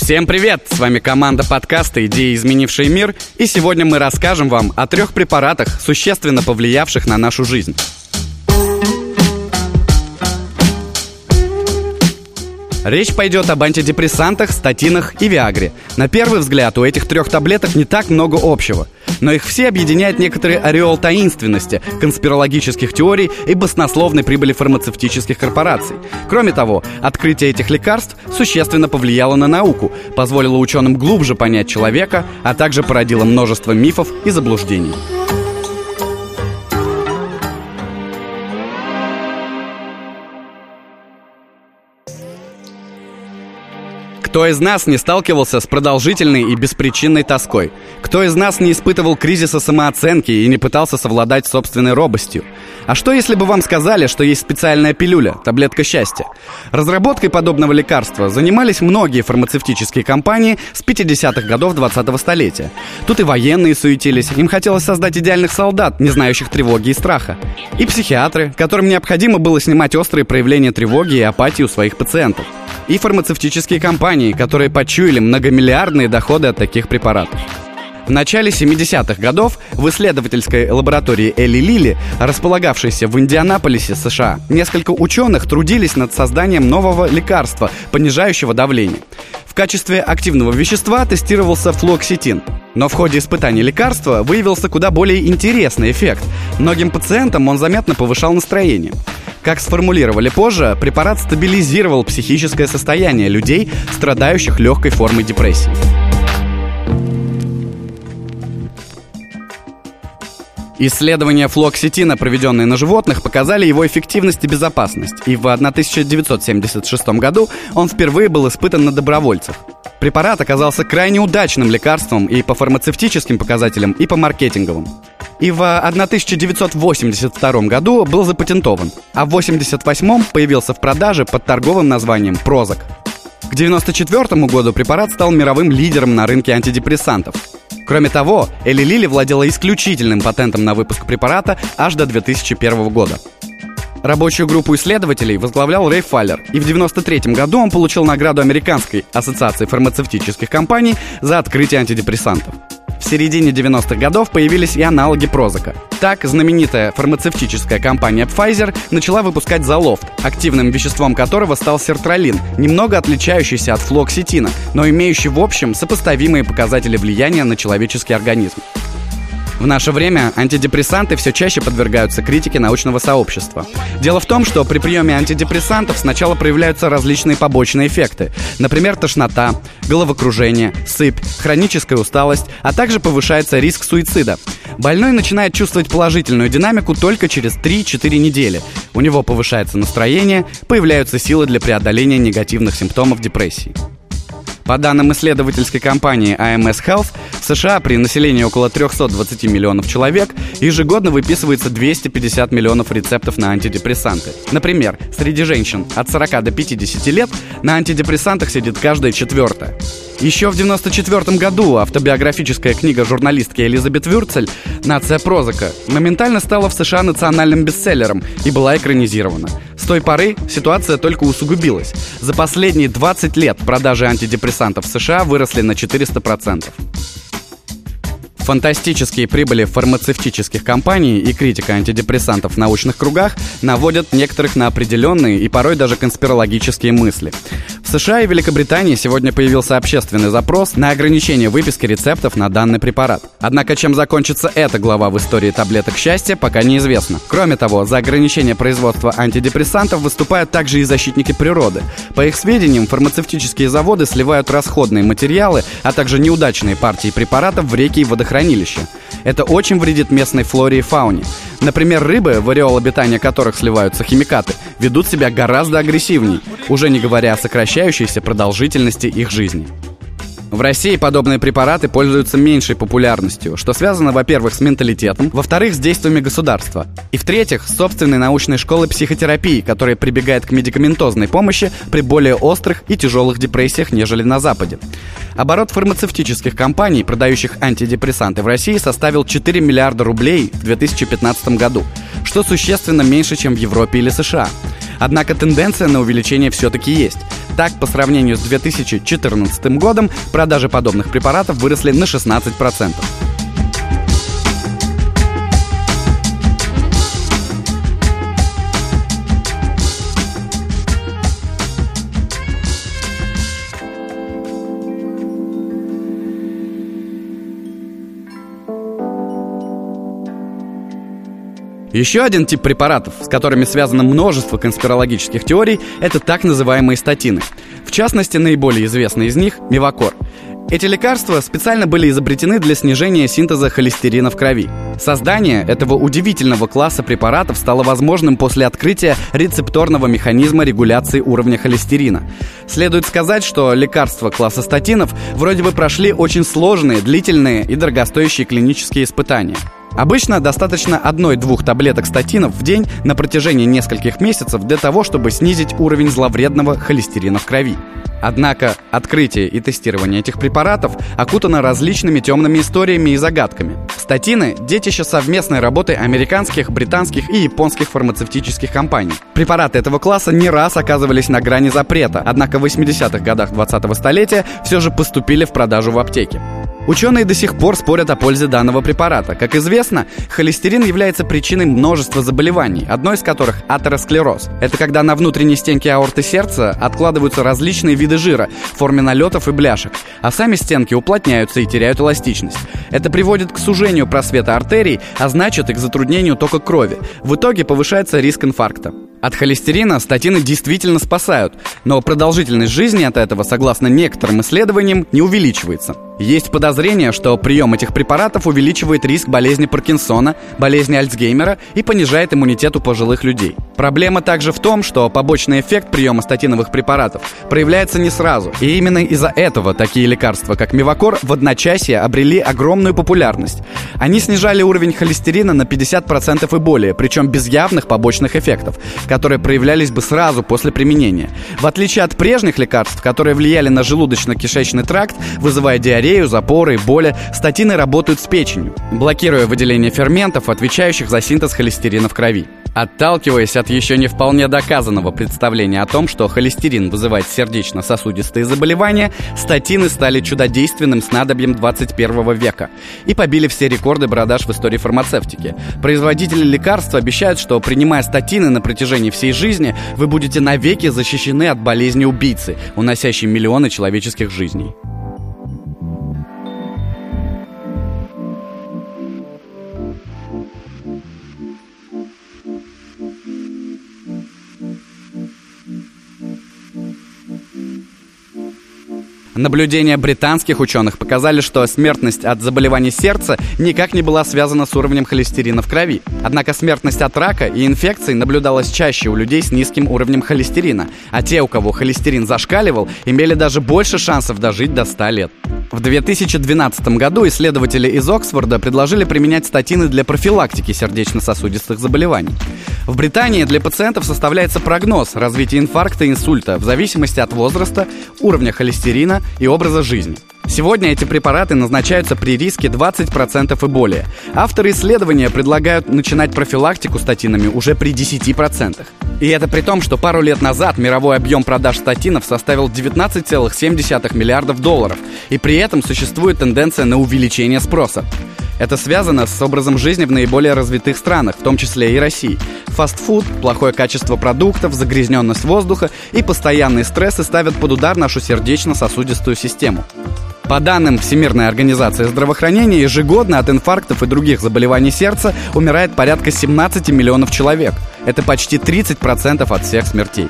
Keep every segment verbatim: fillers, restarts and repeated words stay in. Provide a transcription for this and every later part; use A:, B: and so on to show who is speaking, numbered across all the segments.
A: Всем привет! С вами команда подкаста «Идеи, изменившие мир», и сегодня мы расскажем вам о трех препаратах, существенно повлиявших на нашу жизнь. Речь пойдет об антидепрессантах, статинах и виагре. На первый взгляд, у этих трех таблеток не так много общего, но их все объединяет некоторый ореол таинственности, конспирологических теорий и баснословной прибыли фармацевтических корпораций. Кроме того, открытие этих лекарств существенно повлияло на науку, позволило ученым глубже понять человека, а также породило множество мифов и заблуждений. Кто из нас не сталкивался с продолжительной и беспричинной тоской? Кто из нас не испытывал кризиса самооценки и не пытался совладать с собственной робостью? А что, если бы вам сказали, что есть специальная пилюля, таблетка счастья? Разработкой подобного лекарства занимались многие фармацевтические компании с пятидесятых годов двадцатого столетия. Тут и военные суетились, им хотелось создать идеальных солдат, не знающих тревоги и страха. И психиатры, которым необходимо было снимать острые проявления тревоги и апатии у своих пациентов. И фармацевтические компании, которые почуяли многомиллиардные доходы от таких препаратов. В начале семидесятых годов в исследовательской лаборатории Эли Лилли, располагавшейся в Индианаполисе, США, несколько ученых трудились над созданием нового лекарства, понижающего давление. В качестве активного вещества тестировался флуоксетин. Но в ходе испытаний лекарства выявился куда более интересный эффект. Многим пациентам он заметно повышал настроение. Как сформулировали позже, препарат стабилизировал психическое состояние людей, страдающих легкой формой депрессии. Исследования флуоксетина, проведенные на животных, показали его эффективность и безопасность, и в тысяча девятьсот семьдесят шестом году он впервые был испытан на добровольцах. Препарат оказался крайне удачным лекарством и по фармацевтическим показателям, и по маркетинговым. И в тысяча девятьсот восемьдесят втором году был запатентован, а в восемьдесят восьмом появился в продаже под торговым названием Прозак. К девяносто четвёртому году препарат стал мировым лидером на рынке антидепрессантов. Кроме того, Эли Лилли владела исключительным патентом на выпуск препарата аж до две тысячи первого года. Рабочую группу исследователей возглавлял Рэй Фаллер, и в девяносто третьем году он получил награду Американской ассоциации фармацевтических компаний за открытие антидепрессантов. В середине девяностых годов появились и аналоги Прозака. Так, знаменитая фармацевтическая компания Pfizer начала выпускать Золофт, активным веществом которого стал сертралин, немного отличающийся от флуоксетина, но имеющий в общем сопоставимые показатели влияния на человеческий организм. В наше время антидепрессанты все чаще подвергаются критике научного сообщества. Дело в том, что при приеме антидепрессантов сначала проявляются различные побочные эффекты. Например, тошнота, головокружение, сыпь, хроническая усталость, а также повышается риск суицида. Больной начинает чувствовать положительную динамику только через три-четыре недели. У него повышается настроение, появляются силы для преодоления негативных симптомов депрессии. По данным исследовательской компании эй эм эс Health, в США при населении около триста двадцать миллионов человек ежегодно выписывается двести пятьдесят миллионов рецептов на антидепрессанты. Например, среди женщин от сорока до пятидесяти лет на антидепрессантах сидит каждая четвертая. Еще в девяносто четвёртом году автобиографическая книга журналистки Элизабет Вюрцель «Нация Прозака» моментально стала в США национальным бестселлером и была экранизирована. С той поры ситуация только усугубилась. За последние двадцать лет продажи антидепрессантов в США выросли на четыреста процентов. Фантастические прибыли фармацевтических компаний и критика антидепрессантов в научных кругах наводят некоторых на определенные и порой даже конспирологические мысли. В США и Великобритании сегодня появился общественный запрос на ограничение выписки рецептов на данный препарат. Однако чем закончится эта глава в истории таблеток счастья, пока неизвестно. Кроме того, за ограничение производства антидепрессантов выступают также и защитники природы. По их сведениям, фармацевтические заводы сливают расходные материалы, а также неудачные партии препаратов в реки и водохранилища. Это очень вредит местной флоре и фауне. Например, рыбы, в ареал обитания которых сливаются химикаты, ведут себя гораздо агрессивней, уже не говоря о сокращающейся продолжительности их жизни. В России подобные препараты пользуются меньшей популярностью, что связано, во-первых, с менталитетом, во-вторых, с действиями государства, и, в-третьих, с собственной научной школой психотерапии, которая прибегает к медикаментозной помощи при более острых и тяжелых депрессиях, нежели на Западе. Оборот фармацевтических компаний, продающих антидепрессанты в России, составил четыре миллиарда рублей в две тысячи пятнадцатом году, что существенно меньше, чем в Европе или США. Однако тенденция на увеличение все-таки есть. Так, по сравнению с две тысячи четырнадцатым годом, продажи подобных препаратов выросли на шестнадцать процентов. Еще один тип препаратов, с которыми связано множество конспирологических теорий, это так называемые статины. В частности, наиболее известный из них – Мивакор. Эти лекарства специально были изобретены для снижения синтеза холестерина в крови. Создание этого удивительного класса препаратов стало возможным после открытия рецепторного механизма регуляции уровня холестерина. Следует сказать, что лекарства класса статинов вроде бы прошли очень сложные, длительные и дорогостоящие клинические испытания. Обычно достаточно одной-двух таблеток статинов в день на протяжении нескольких месяцев для того, чтобы снизить уровень зловредного холестерина в крови. Однако открытие и тестирование этих препаратов окутано различными темными историями и загадками. Статины – детище совместной работы американских, британских и японских фармацевтических компаний. Препараты этого класса не раз оказывались на грани запрета, однако в восьмидесятых годах двадцатого столетия все же поступили в продажу в аптеки. Ученые до сих пор спорят о пользе данного препарата. Как известно, холестерин является причиной множества заболеваний, одно из которых – атеросклероз. Это когда на внутренней стенке аорты сердца откладываются различные виды жира в форме налетов и бляшек, а сами стенки уплотняются и теряют эластичность. Это приводит к сужению просвета артерий, а значит и к затруднению тока крови. В итоге повышается риск инфаркта. От холестерина статины действительно спасают, но продолжительность жизни от этого, согласно некоторым исследованиям, не увеличивается. Есть подозрение, что прием этих препаратов увеличивает риск болезни Паркинсона, болезни Альцгеймера и понижает иммунитет у пожилых людей. Проблема также в том, что побочный эффект приема статиновых препаратов проявляется не сразу, и именно из-за этого такие лекарства, как Мивакор, в одночасье обрели огромную популярность. Они снижали уровень холестерина на пятьдесят процентов и более, причем без явных побочных эффектов, которые проявлялись бы сразу после применения. В отличие от прежних лекарств, которые влияли на желудочно-кишечный тракт, вызывая диарею, запоры и боли, статины работают с печенью, блокируя выделение ферментов, отвечающих за синтез холестерина в крови. Отталкиваясь от еще не вполне доказанного представления о том, что холестерин вызывает сердечно-сосудистые заболевания, статины стали чудодейственным снадобьем двадцать первого века и побили все рекорды продаж в истории фармацевтики. Производители лекарств обещают, что, принимая статины на протяжении всей жизни, вы будете навеки защищены от болезни-убийцы, уносящей миллионы человеческих жизней. Наблюдения британских ученых показали, что смертность от заболеваний сердца никак не была связана с уровнем холестерина в крови. Однако смертность от рака и инфекций наблюдалась чаще у людей с низким уровнем холестерина, а те, у кого холестерин зашкаливал, имели даже больше шансов дожить до ста лет. В две тысячи двенадцатом году исследователи из Оксфорда предложили применять статины для профилактики сердечно-сосудистых заболеваний. В Британии для пациентов составляется прогноз развития инфаркта и инсульта в зависимости от возраста, уровня холестерина и образа жизни. Сегодня эти препараты назначаются при риске двадцать процентов и более. Авторы исследования предлагают начинать профилактику статинами уже при десяти процентах. И это при том, что пару лет назад мировой объем продаж статинов составил девятнадцать целых семь десятых миллиардов долларов, и при этом существует тенденция на увеличение спроса. Это связано с образом жизни в наиболее развитых странах, в том числе и России. Фастфуд, плохое качество продуктов, загрязненность воздуха и постоянные стрессы ставят под удар нашу сердечно-сосудистую систему. По данным Всемирной организации здравоохранения, ежегодно от инфарктов и других заболеваний сердца умирает порядка семнадцати миллионов человек. Это почти тридцать процентов от всех смертей.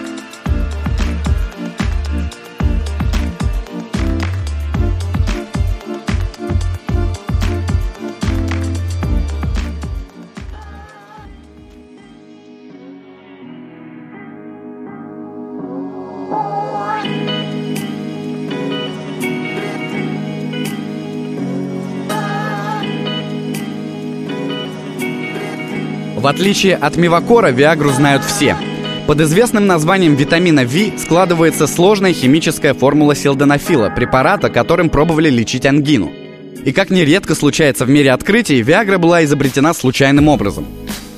A: В отличие от Мивакора, Виагру знают все. Под известным названием витамина Ви складывается сложная химическая формула силденафила, препарата, которым пробовали лечить ангину. И как нередко случается в мире открытий, Виагра была изобретена случайным образом.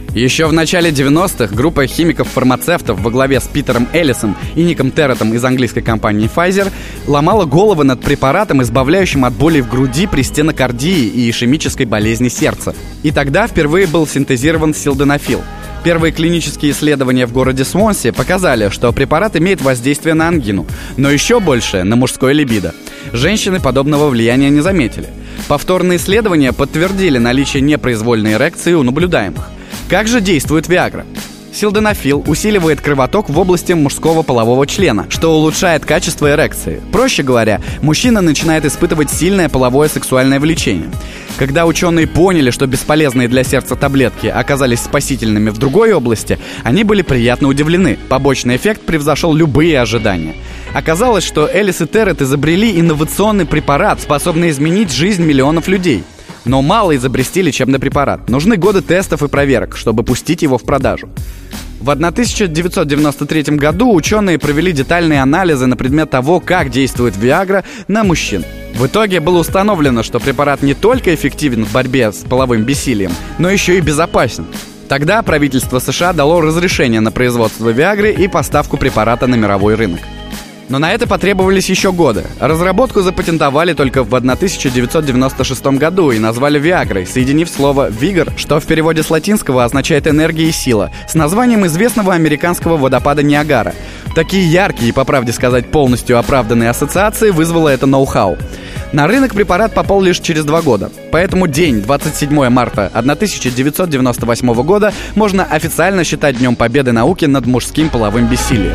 A: Еще в начале девяностых группа химиков-фармацевтов во главе с Питером Эллисом и Ником Терретом из английской компании Pfizer ломала головы над препаратом, избавляющим от боли в груди при стенокардии и ишемической болезни сердца. И тогда впервые был синтезирован силденафил. Первые клинические исследования в городе Свонси показали, что препарат имеет воздействие на ангину, но еще больше на мужское либидо. Женщины подобного влияния не заметили. Повторные исследования подтвердили наличие непроизвольной эрекции у наблюдаемых. Как же действует Виагра? Силденафил усиливает кровоток в области мужского полового члена, что улучшает качество эрекции. Проще говоря, мужчина начинает испытывать сильное половое сексуальное влечение. Когда ученые поняли, что бесполезные для сердца таблетки оказались спасительными в другой области, они были приятно удивлены. Побочный эффект превзошел любые ожидания. Оказалось, что Эллис и Террет изобрели инновационный препарат, способный изменить жизнь миллионов людей. Но мало изобрести лечебный препарат. Нужны годы тестов и проверок, чтобы пустить его в продажу. В тысяча девятьсот девяносто третьем году ученые провели детальные анализы на предмет того, как действует Виагра на мужчин. В итоге было установлено, что препарат не только эффективен в борьбе с половым бессилием, но еще и безопасен. Тогда правительство США дало разрешение на производство Виагры и поставку препарата на мировой рынок. Но на это потребовались еще годы. Разработку запатентовали только в тысяча девятьсот девяносто шестом году и назвали Виагрой, соединив слово «вигор», что в переводе с латинского означает «энергия и сила», с названием известного американского водопада Ниагара. Такие яркие и, по правде сказать, полностью оправданные ассоциации вызвало это ноу-хау. На рынок препарат попал лишь через два года. Поэтому день двадцать седьмого марта тысяча девятьсот девяносто восьмого года можно официально считать Днем Победы науки над мужским половым бессилием.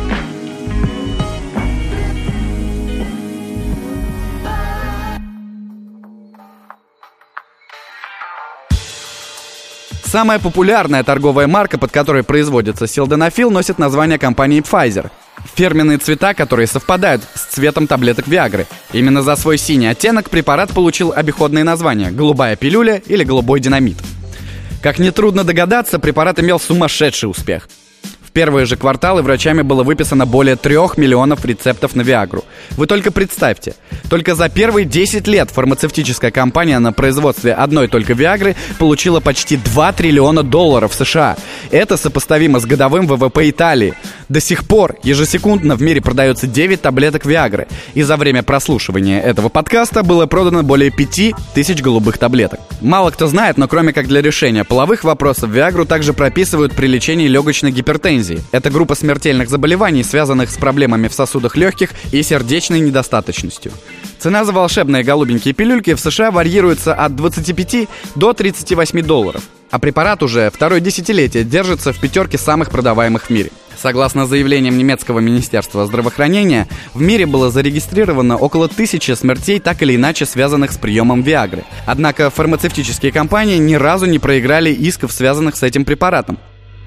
A: Самая популярная торговая марка, под которой производится силденафил, носит название компании Pfizer. Фирменные цвета, которые совпадают с цветом таблеток Виагры. Именно за свой синий оттенок препарат получил обиходные названия «голубая пилюля» или «голубой динамит». Как нетрудно догадаться, препарат имел сумасшедший успех. В первые же кварталы врачами было выписано более трех миллионов рецептов на Виагру. Вы только представьте, только за первые десять лет фармацевтическая компания на производстве одной только Виагры получила почти два триллиона долларов США. Это сопоставимо с годовым ВВП Италии. До сих пор ежесекундно в мире продается девять таблеток Виагры. И за время прослушивания этого подкаста было продано более пяти тысяч голубых таблеток. Мало кто знает, но кроме как для решения половых вопросов, Виагру также прописывают при лечении легочной гипертензии. Это группа смертельных заболеваний, связанных с проблемами в сосудах легких и сердечной недостаточностью. Цена за волшебные голубенькие пилюльки в США варьируется от двадцати пяти до тридцати восьми долларов. А препарат уже второе десятилетие держится в пятерке самых продаваемых в мире. Согласно заявлениям немецкого министерства здравоохранения, в мире было зарегистрировано около тысячи смертей, так или иначе связанных с приемом Виагры. Однако фармацевтические компании ни разу не проиграли исков, связанных с этим препаратом.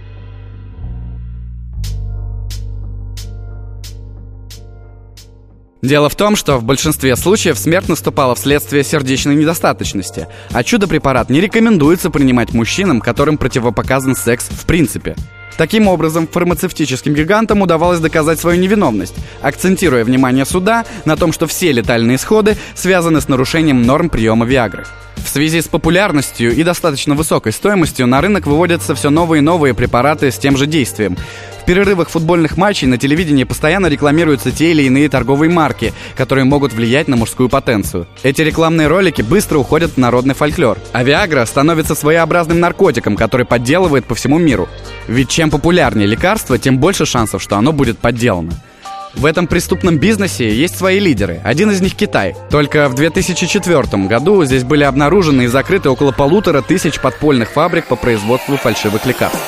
A: Дело в том, что в большинстве случаев смерть наступала вследствие сердечной недостаточности, а чудо-препарат не рекомендуется принимать мужчинам, которым противопоказан секс в принципе. Таким образом, фармацевтическим гигантам удавалось доказать свою невиновность, акцентируя внимание суда на том, что все летальные исходы связаны с нарушением норм приема Виагры. В связи с популярностью и достаточно высокой стоимостью на рынок выводятся все новые и новые препараты с тем же действием. В перерывах футбольных матчей на телевидении постоянно рекламируются те или иные торговые марки, которые могут влиять на мужскую потенцию. Эти рекламные ролики быстро уходят в народный фольклор, а Виагра становится своеобразным наркотиком, который подделывает по всему миру. Ведь чем популярнее лекарство, тем больше шансов, что оно будет подделано. В этом преступном бизнесе есть свои лидеры. Один из них Китай. Только в две тысячи четвёртом году здесь были обнаружены и закрыты около полутора тысяч подпольных фабрик по производству фальшивых лекарств.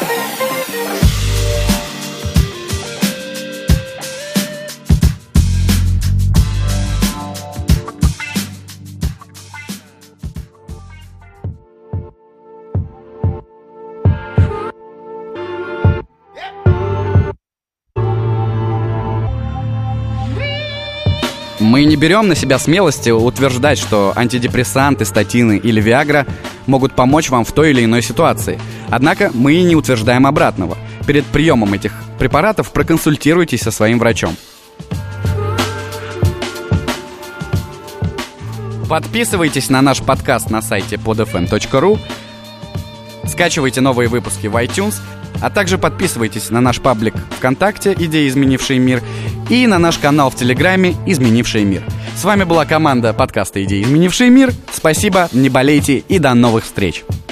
A: Мы не берем на себя смелости утверждать, что антидепрессанты, статины или Виагра могут помочь вам в той или иной ситуации. Однако мы и не утверждаем обратного. Перед приемом этих препаратов проконсультируйтесь со своим врачом. Подписывайтесь на наш подкаст на сайте под эф эм точка ру. Скачивайте новые выпуски в iTunes, а также подписывайтесь на наш паблик ВКонтакте «Идеи, изменившие мир» и на наш канал в Телеграме «Изменившие мир». С вами была команда подкаста «Идеи, изменившие мир». Спасибо, не болейте и до новых встреч!